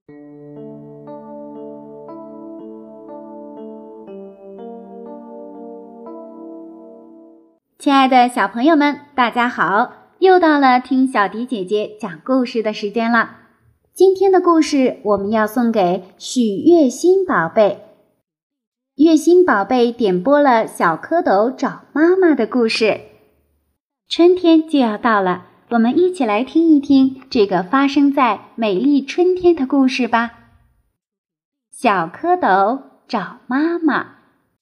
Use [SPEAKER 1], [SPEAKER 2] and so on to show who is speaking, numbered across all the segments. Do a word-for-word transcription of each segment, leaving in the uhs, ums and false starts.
[SPEAKER 1] 亲爱的小朋友们，大家好，又到了听小迪姐姐讲故事的时间了。今天的故事我们要送给许月心宝贝。月心宝贝点播了小蝌蚪找妈妈的故事。春天就要到了，我们一起来听一听这个发生在美丽春天的故事吧。小蝌蚪找妈妈。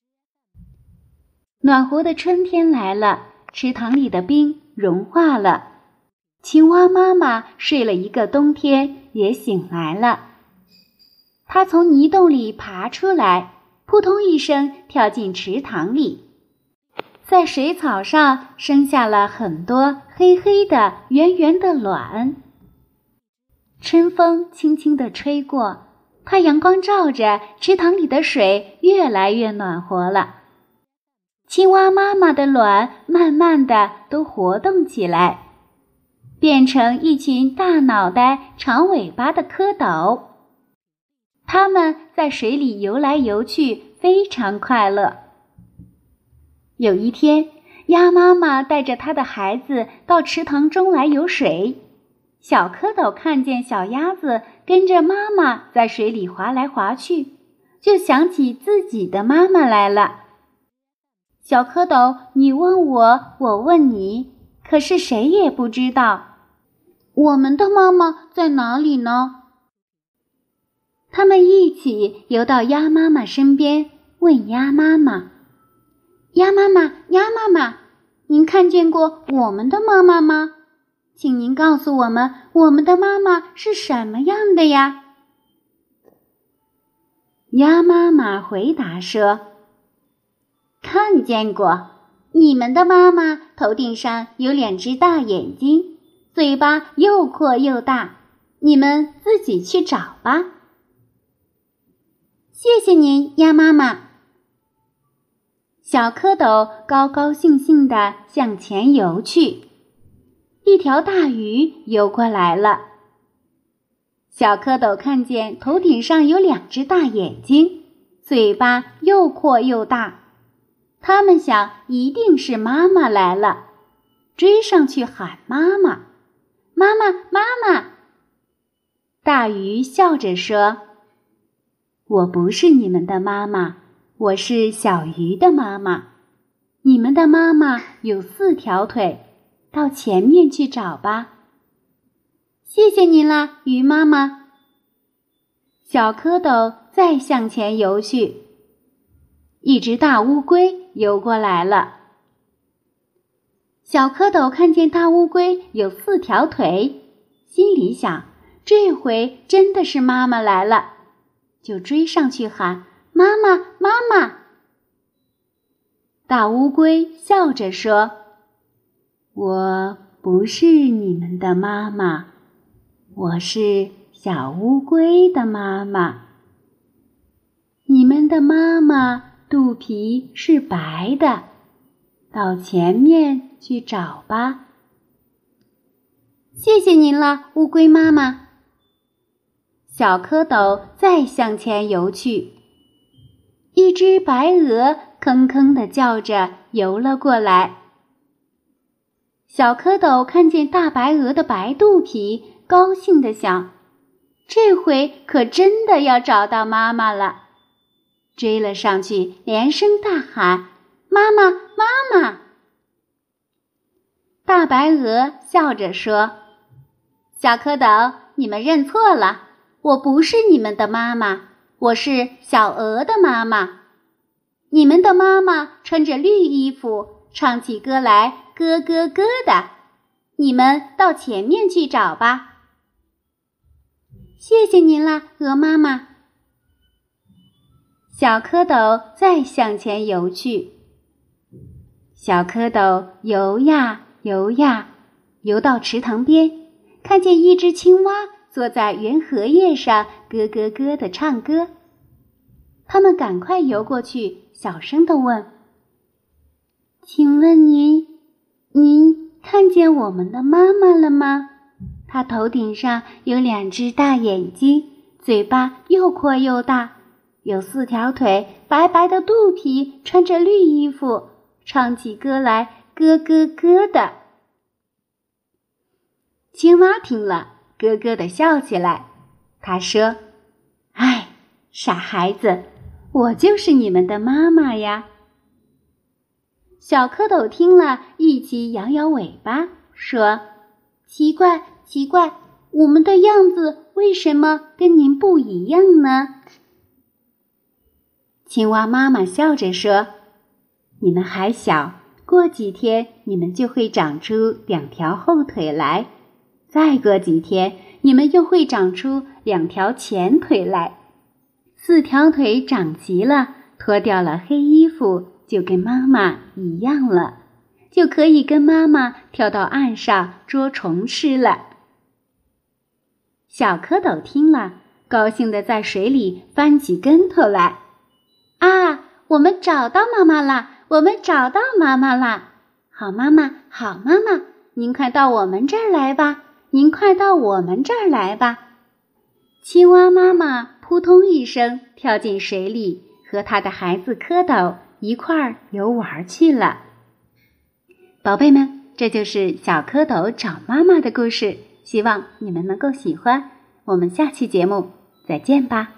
[SPEAKER 1] 暖和的春天来了，池塘里的冰融化了，青蛙妈妈睡了一个冬天也醒来了。它从泥洞里爬出来，扑通一声跳进池塘里，在水草上生下了很多黑黑的圆圆的卵。春风轻轻地吹过，太阳光照着，池塘里的水越来越暖和了。青蛙妈妈的卵慢慢的都活动起来，变成一群大脑袋长尾巴的蝌蚪。它们在水里游来游去，非常快乐。有一天，鸭妈妈带着它的孩子到池塘中来游水。小蝌蚪看见小鸭子跟着妈妈在水里划来划去，就想起自己的妈妈来了。小蝌蚪，你问我，我问你，可是谁也不知道我们的妈妈在哪里呢？他们一起游到鸭妈妈身边，问鸭妈妈：鸭妈妈，鸭妈妈，您看见过我们的妈妈吗？请您告诉我们，我们的妈妈是什么样的呀？鸭妈妈回答说：看见过，你们的妈妈头顶上有两只大眼睛，嘴巴又阔又大，你们自己去找吧。谢谢您，鸭妈妈。小蝌蚪高高兴兴地向前游去。一条大鱼游过来了。小蝌蚪看见头顶上有两只大眼睛，嘴巴又阔又大，他们想一定是妈妈来了，追上去喊妈妈，妈妈，妈妈。大鱼笑着说：我不是你们的妈妈，我是小鱼的妈妈。你们的妈妈有四条腿，到前面去找吧。谢谢您啦，鱼妈妈。小蝌蚪再向前游去。一只大乌龟游过来了。小蝌蚪看见大乌龟有四条腿，心里想，这回真的是妈妈来了，就追上去喊妈妈，妈妈。大乌龟笑着说：我不是你们的妈妈，我是小乌龟的妈妈。你们的妈妈肚皮是白的，到前面去找吧。谢谢您了，乌龟妈妈。小蝌蚪再向前游去。一只白鹅吭吭地叫着游了过来。小蝌蚪看见大白鹅的白肚皮，高兴地想，这回可真的要找到妈妈了。追了上去，连声大喊：妈妈，妈妈！大白鹅笑着说：小蝌蚪，你们认错了，我不是你们的妈妈，我是小鹅的妈妈。你们的妈妈穿着绿衣服，唱起歌来咯咯咯的，你们到前面去找吧。谢谢您啦，鹅妈妈。小蝌蚪再向前游去。小蝌蚪游呀游呀，游到池塘边，看见一只青蛙坐在圆荷叶上咯咯咯地唱歌。他们赶快游过去，小声地问：请问您，您看见我们的妈妈了吗？她头顶上有两只大眼睛， 嘴巴又阔又大，有四条腿，白白的肚皮，穿着绿衣服，唱起歌来咯咯咯的。青蛙听了，咯咯地笑起来。他说：“哎，傻孩子，我就是你们的妈妈呀。”小蝌蚪听了，一起摇摇尾巴，说：“奇怪，奇怪，我们的样子为什么跟您不一样呢？”青蛙妈妈笑着说：“你们还小，过几天你们就会长出两条后腿来，再过几天你们又会长出两条前腿来。四条腿长齐了，脱掉了黑衣服，就跟妈妈一样了，就可以跟妈妈跳到岸上捉虫吃了。”小蝌蚪听了，高兴地在水里翻起跟头来。啊，我们找到妈妈啦！我们找到妈妈啦！好妈妈，好妈妈，您快到我们这儿来吧！您快到我们这儿来吧！青蛙妈妈扑通一声跳进水里，和她的孩子蝌蚪一块儿游玩去了。宝贝们，这就是小蝌蚪找妈妈的故事，希望你们能够喜欢。我们下期节目再见吧。